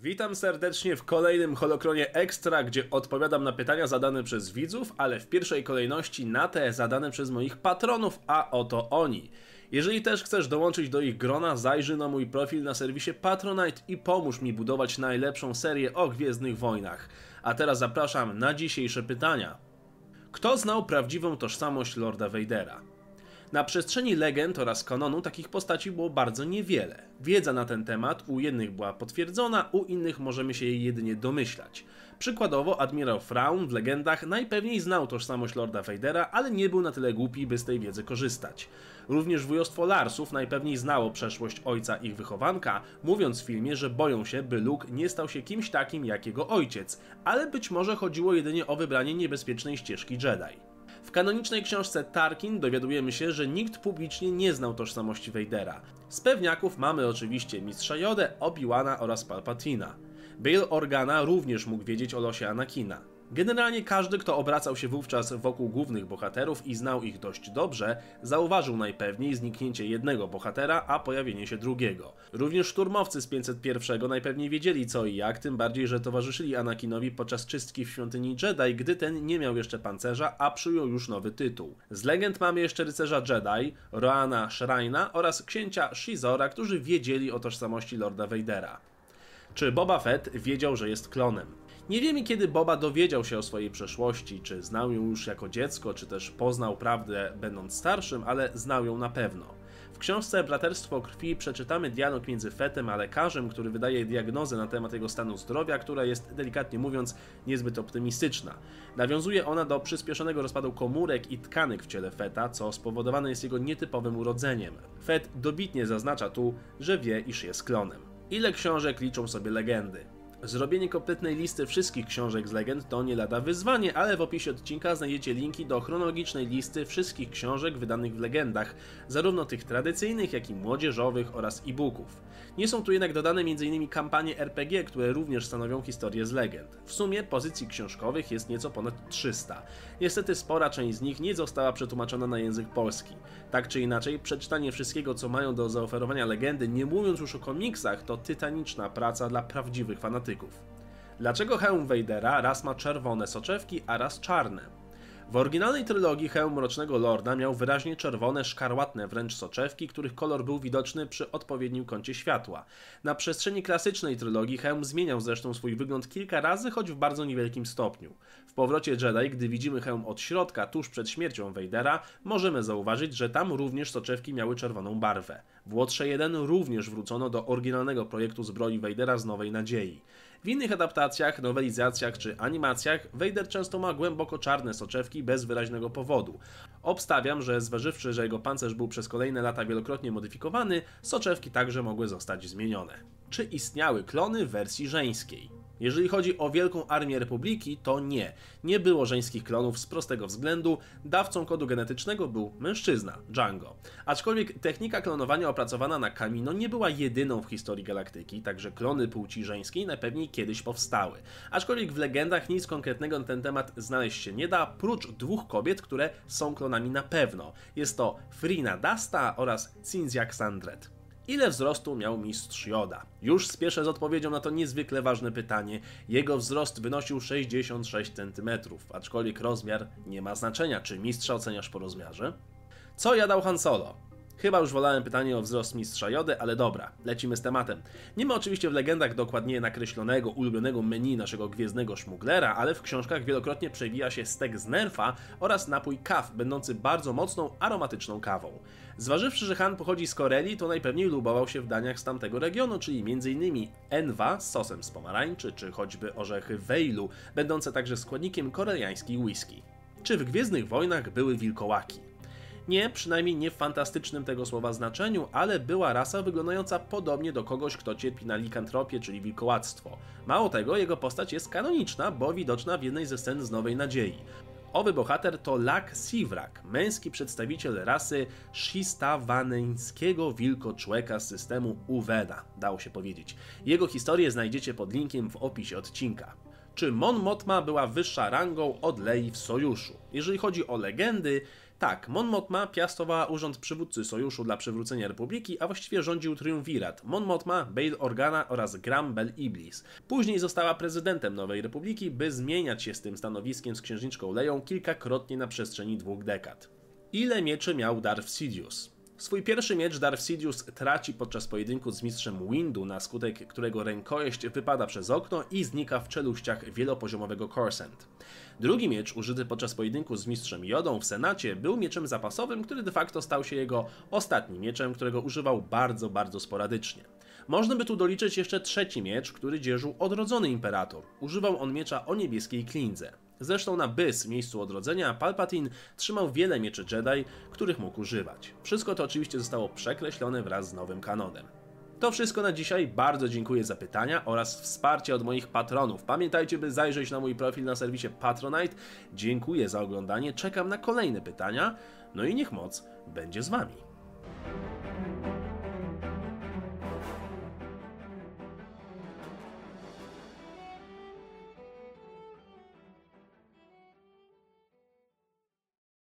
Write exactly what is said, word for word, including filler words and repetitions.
Witam serdecznie w kolejnym Holokronie Extra, gdzie odpowiadam na pytania zadane przez widzów, ale w pierwszej kolejności na te zadane przez moich patronów, a oto oni. Jeżeli też chcesz dołączyć do ich grona, zajrzyj na mój profil na serwisie Patronite i pomóż mi budować najlepszą serię o Gwiezdnych Wojnach. A teraz zapraszam na dzisiejsze pytania. Kto znał prawdziwą tożsamość Lorda Vadera? Na przestrzeni legend oraz kanonu takich postaci było bardzo niewiele. Wiedza na ten temat u jednych była potwierdzona, u innych możemy się jej jedynie domyślać. Przykładowo admirał Thrawn w legendach najpewniej znał tożsamość Lorda Vadera, ale nie był na tyle głupi, by z tej wiedzy korzystać. Również wujostwo Larsów najpewniej znało przeszłość ojca ich wychowanka, mówiąc w filmie, że boją się, by Luke nie stał się kimś takim jak jego ojciec, ale być może chodziło jedynie o wybranie niebezpiecznej ścieżki Jedi. W kanonicznej książce Tarkin dowiadujemy się, że nikt publicznie nie znał tożsamości Vadera. Z pewniaków mamy oczywiście Mistrza Jodę, Obi-Wana oraz Palpatina. Bail Organa również mógł wiedzieć o losie Anakina. Generalnie każdy, kto obracał się wówczas wokół głównych bohaterów i znał ich dość dobrze, zauważył najpewniej zniknięcie jednego bohatera, a pojawienie się drugiego. Również szturmowcy z pięćset jeden najpewniej wiedzieli co i jak, tym bardziej, że towarzyszyli Anakinowi podczas czystki w świątyni Jedi, gdy ten nie miał jeszcze pancerza, a przyjął już nowy tytuł. Z legend mamy jeszcze rycerza Jedi, Roana Shrina oraz księcia Shizora, którzy wiedzieli o tożsamości Lorda Vadera. Czy Boba Fett wiedział, że jest klonem? Nie wiemy, kiedy Boba dowiedział się o swojej przeszłości, czy znał ją już jako dziecko, czy też poznał prawdę będąc starszym, ale znał ją na pewno. W książce Braterstwo Krwi przeczytamy dialog między Fettem a lekarzem, który wydaje diagnozę na temat jego stanu zdrowia, która jest, delikatnie mówiąc, niezbyt optymistyczna. Nawiązuje ona do przyspieszonego rozpadu komórek i tkanek w ciele Fetta, co spowodowane jest jego nietypowym urodzeniem. Fett dobitnie zaznacza tu, że wie, iż jest klonem. Ile książek liczą sobie legendy? Zrobienie kompletnej listy wszystkich książek z legend to nie lada wyzwanie, ale w opisie odcinka znajdziecie linki do chronologicznej listy wszystkich książek wydanych w legendach, zarówno tych tradycyjnych, jak i młodzieżowych oraz e-booków. Nie są tu jednak dodane m in kampanie R P G, które również stanowią historię z legend. W sumie pozycji książkowych jest nieco ponad trzysta. Niestety spora część z nich nie została przetłumaczona na język polski. Tak czy inaczej, przeczytanie wszystkiego, co mają do zaoferowania legendy, nie mówiąc już o komiksach, to tytaniczna praca dla prawdziwych fanatyków. Dlaczego hełm Vadera raz ma czerwone soczewki, a raz czarne? W oryginalnej trylogii hełm Mrocznego Lorda miał wyraźnie czerwone, szkarłatne wręcz soczewki, których kolor był widoczny przy odpowiednim kącie światła. Na przestrzeni klasycznej trylogii hełm zmieniał zresztą swój wygląd kilka razy, choć w bardzo niewielkim stopniu. W Powrocie Jedi, gdy widzimy hełm od środka, tuż przed śmiercią Vadera, możemy zauważyć, że tam również soczewki miały czerwoną barwę. W Łotrze jeden również wrócono do oryginalnego projektu zbroi Vadera z Nowej Nadziei. W innych adaptacjach, nowelizacjach czy animacjach Vader często ma głęboko czarne soczewki bez wyraźnego powodu. Obstawiam, że zważywszy, że jego pancerz był przez kolejne lata wielokrotnie modyfikowany, soczewki także mogły zostać zmienione. Czy istniały klony w wersji żeńskiej? Jeżeli chodzi o Wielką Armię Republiki, to nie. Nie było żeńskich klonów z prostego względu, dawcą kodu genetycznego był mężczyzna, Django. Aczkolwiek technika klonowania opracowana na Kamino nie była jedyną w historii galaktyki, także klony płci żeńskiej najpewniej kiedyś powstały. Aczkolwiek w legendach nic konkretnego na ten temat znaleźć się nie da, prócz dwóch kobiet, które są klonami na pewno. Jest to Frina Dasta oraz Cinzia Xandret. Ile wzrostu miał Mistrz Joda? Już spieszę z odpowiedzią na to niezwykle ważne pytanie. Jego wzrost wynosił sześćdziesiąt sześć centymetrów, aczkolwiek rozmiar nie ma znaczenia. Czy mistrza oceniasz po rozmiarze? Co jadał Han Solo? Chyba już wolałem pytanie o wzrost Mistrza Jody, ale dobra, lecimy z tematem. Nie ma oczywiście w legendach dokładnie nakreślonego, ulubionego menu naszego gwiezdnego szmuglera, ale w książkach wielokrotnie przewija się stek z Nerfa oraz napój Kaw, będący bardzo mocną, aromatyczną kawą. Zważywszy, że Han pochodzi z Koreli, to najpewniej lubował się w daniach z tamtego regionu, czyli między innymi enwa z sosem z pomarańczy, czy choćby orzechy Vejlu, będące także składnikiem koreliańskiej whisky. Czy w Gwiezdnych Wojnach były wilkołaki? Nie, przynajmniej nie w fantastycznym tego słowa znaczeniu, ale była rasa wyglądająca podobnie do kogoś, kto cierpi na likantropię, czyli wilkołactwo. Mało tego, jego postać jest kanoniczna, bo widoczna w jednej ze scen z Nowej Nadziei. Owy bohater to Lak Sivrak, męski przedstawiciel rasy Shistawaneńskiego wilkoczłeka z systemu Uweda, dało się powiedzieć. Jego historię znajdziecie pod linkiem w opisie odcinka. Czy Mon Mothma była wyższa rangą od Lei w Sojuszu? Jeżeli chodzi o legendy, Tak, Mon Mothma piastowała urząd przywódcy Sojuszu dla przywrócenia Republiki, a właściwie rządził triumvirat Mon Mothma, Bail Organa oraz Gram Bel Iblis. Później została prezydentem Nowej Republiki, by zmieniać się z tym stanowiskiem z księżniczką Leją kilkakrotnie na przestrzeni dwóch dekad. Ile mieczy miał Darth Sidious? Swój pierwszy miecz Darth Sidious traci podczas pojedynku z mistrzem Windu, na skutek którego rękojeść wypada przez okno i znika w czeluściach wielopoziomowego Coruscant. Drugi miecz, użyty podczas pojedynku z mistrzem Jodą w Senacie, był mieczem zapasowym, który de facto stał się jego ostatnim mieczem, którego używał bardzo, bardzo sporadycznie. Można by tu doliczyć jeszcze trzeci miecz, który dzierżył odrodzony imperator. Używał on miecza o niebieskiej klindze. Zresztą na Bys, miejscu odrodzenia, Palpatine trzymał wiele mieczy Jedi, których mógł używać. Wszystko to oczywiście zostało przekreślone wraz z nowym kanonem. To wszystko na dzisiaj, bardzo dziękuję za pytania oraz wsparcie od moich patronów. Pamiętajcie, by zajrzeć na mój profil na serwisie Patronite. Dziękuję za oglądanie, czekam na kolejne pytania, no i niech moc będzie z wami.